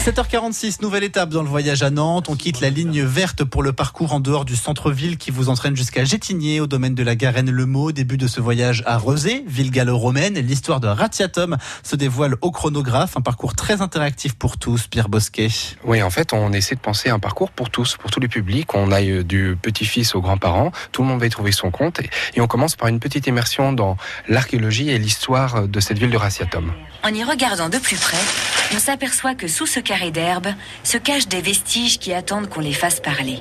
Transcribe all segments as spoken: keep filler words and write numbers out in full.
sept heures quarante-six, nouvelle étape dans le voyage à Nantes. On quitte la ligne verte pour le parcours en dehors du centre-ville qui vous entraîne jusqu'à Gétigné, au domaine de la Garenne-le-Maux. Début de ce voyage à Rezé, ville gallo-romaine. L'histoire de Ratiatum se dévoile au chronographe. Un parcours très interactif pour tous, Pierre Bosquet. Oui, en fait, on essaie de penser un parcours pour tous, pour tous les publics. On aille du petit-fils aux grands-parents. Tout le monde va y trouver son compte. Et on commence par une petite immersion dans l'archéologie et l'histoire de cette ville de Ratiatum. En y regardant de plus près, on s'aperçoit que sous ce carré d'herbe se cachent des vestiges qui attendent qu'on les fasse parler.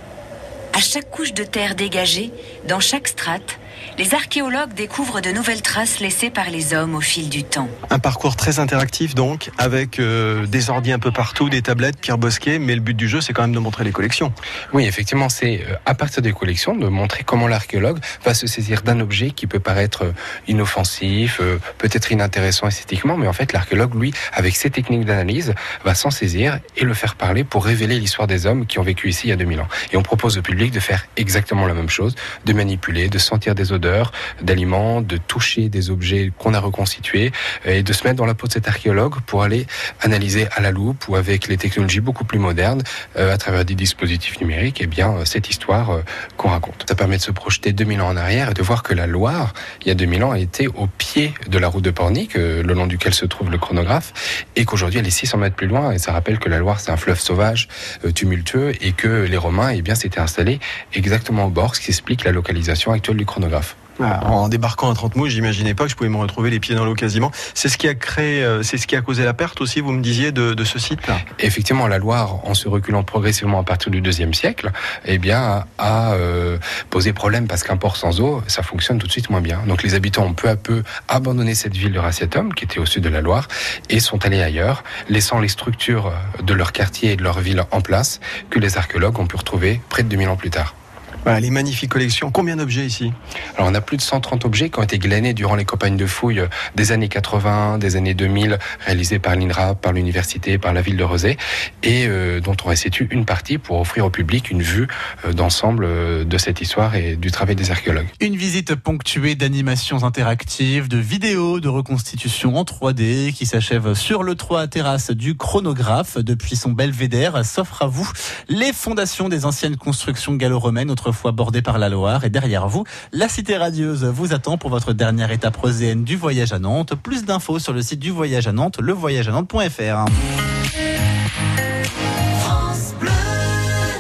À chaque couche de terre dégagée, dans chaque strate, les archéologues découvrent de nouvelles traces laissées par les hommes au fil du temps. Un parcours très interactif donc, avec euh, des ordi un peu partout, des tablettes, Pierre Bosquet, mais le but du jeu c'est quand même de montrer les collections. Oui, effectivement, c'est à partir des collections de montrer comment l'archéologue va se saisir d'un objet qui peut paraître inoffensif, peut-être inintéressant esthétiquement, mais en fait l'archéologue, lui, avec ses techniques d'analyse, va s'en saisir et le faire parler pour révéler l'histoire des hommes qui ont vécu ici il y a deux mille ans. Et on propose au public de faire exactement la même chose, de manipuler, de sentir des odeurs, d'aliments, de toucher des objets qu'on a reconstitués et de se mettre dans la peau de cet archéologue pour aller analyser à la loupe ou avec les technologies beaucoup plus modernes euh, à travers des dispositifs numériques et eh bien euh, cette histoire euh, qu'on raconte. Ça permet de se projeter deux mille ans en arrière et de voir que la Loire, il y a deux mille ans, a été au pied de la route de Pornic, euh, le long duquel se trouve le chronographe, et qu'aujourd'hui elle est six cents mètres plus loin. Et ça rappelle que la Loire c'est un fleuve sauvage, euh, tumultueux, et que les Romains eh bien s'étaient installés exactement au bord, ce qui explique la localisation actuelle du chronographe. Ah, en débarquant à Trente-Mouches, j'imaginais pas que je pouvais me retrouver les pieds dans l'eau quasiment. C'est ce qui a créé, c'est ce qui a causé la perte aussi, vous me disiez, de, de ce site-là. Effectivement, la Loire, en se reculant progressivement à partir du deuxième siècle, eh bien, a euh, posé problème parce qu'un port sans eau, ça fonctionne tout de suite moins bien. Donc les habitants ont peu à peu abandonné cette ville de Ratiatum, qui était au sud de la Loire, et sont allés ailleurs, laissant les structures de leur quartier et de leur ville en place, que les archéologues ont pu retrouver près de deux mille ans plus tard. Voilà, les magnifiques collections. Combien d'objets ici ? Alors on a plus de cent trente objets qui ont été glanés durant les campagnes de fouilles des années quatre-vingts, des années deux mille, réalisées par l'I N R A P, par l'université, par la ville de Rezé, et euh, dont on restitue une partie pour offrir au public une vue euh, d'ensemble euh, de cette histoire et du travail des archéologues. Une visite ponctuée d'animations interactives, de vidéos, de reconstitutions en trois D qui s'achève sur le toit terrasse du chronographe. Depuis son belvédère s'offrent à vous les fondations des anciennes constructions gallo-romaines, autrefois bordée par la Loire, et derrière vous, la cité radieuse vous attend pour votre dernière étape roséenne du voyage à Nantes. Plus d'infos sur le site du voyage à Nantes, le voyage à nantes point f r.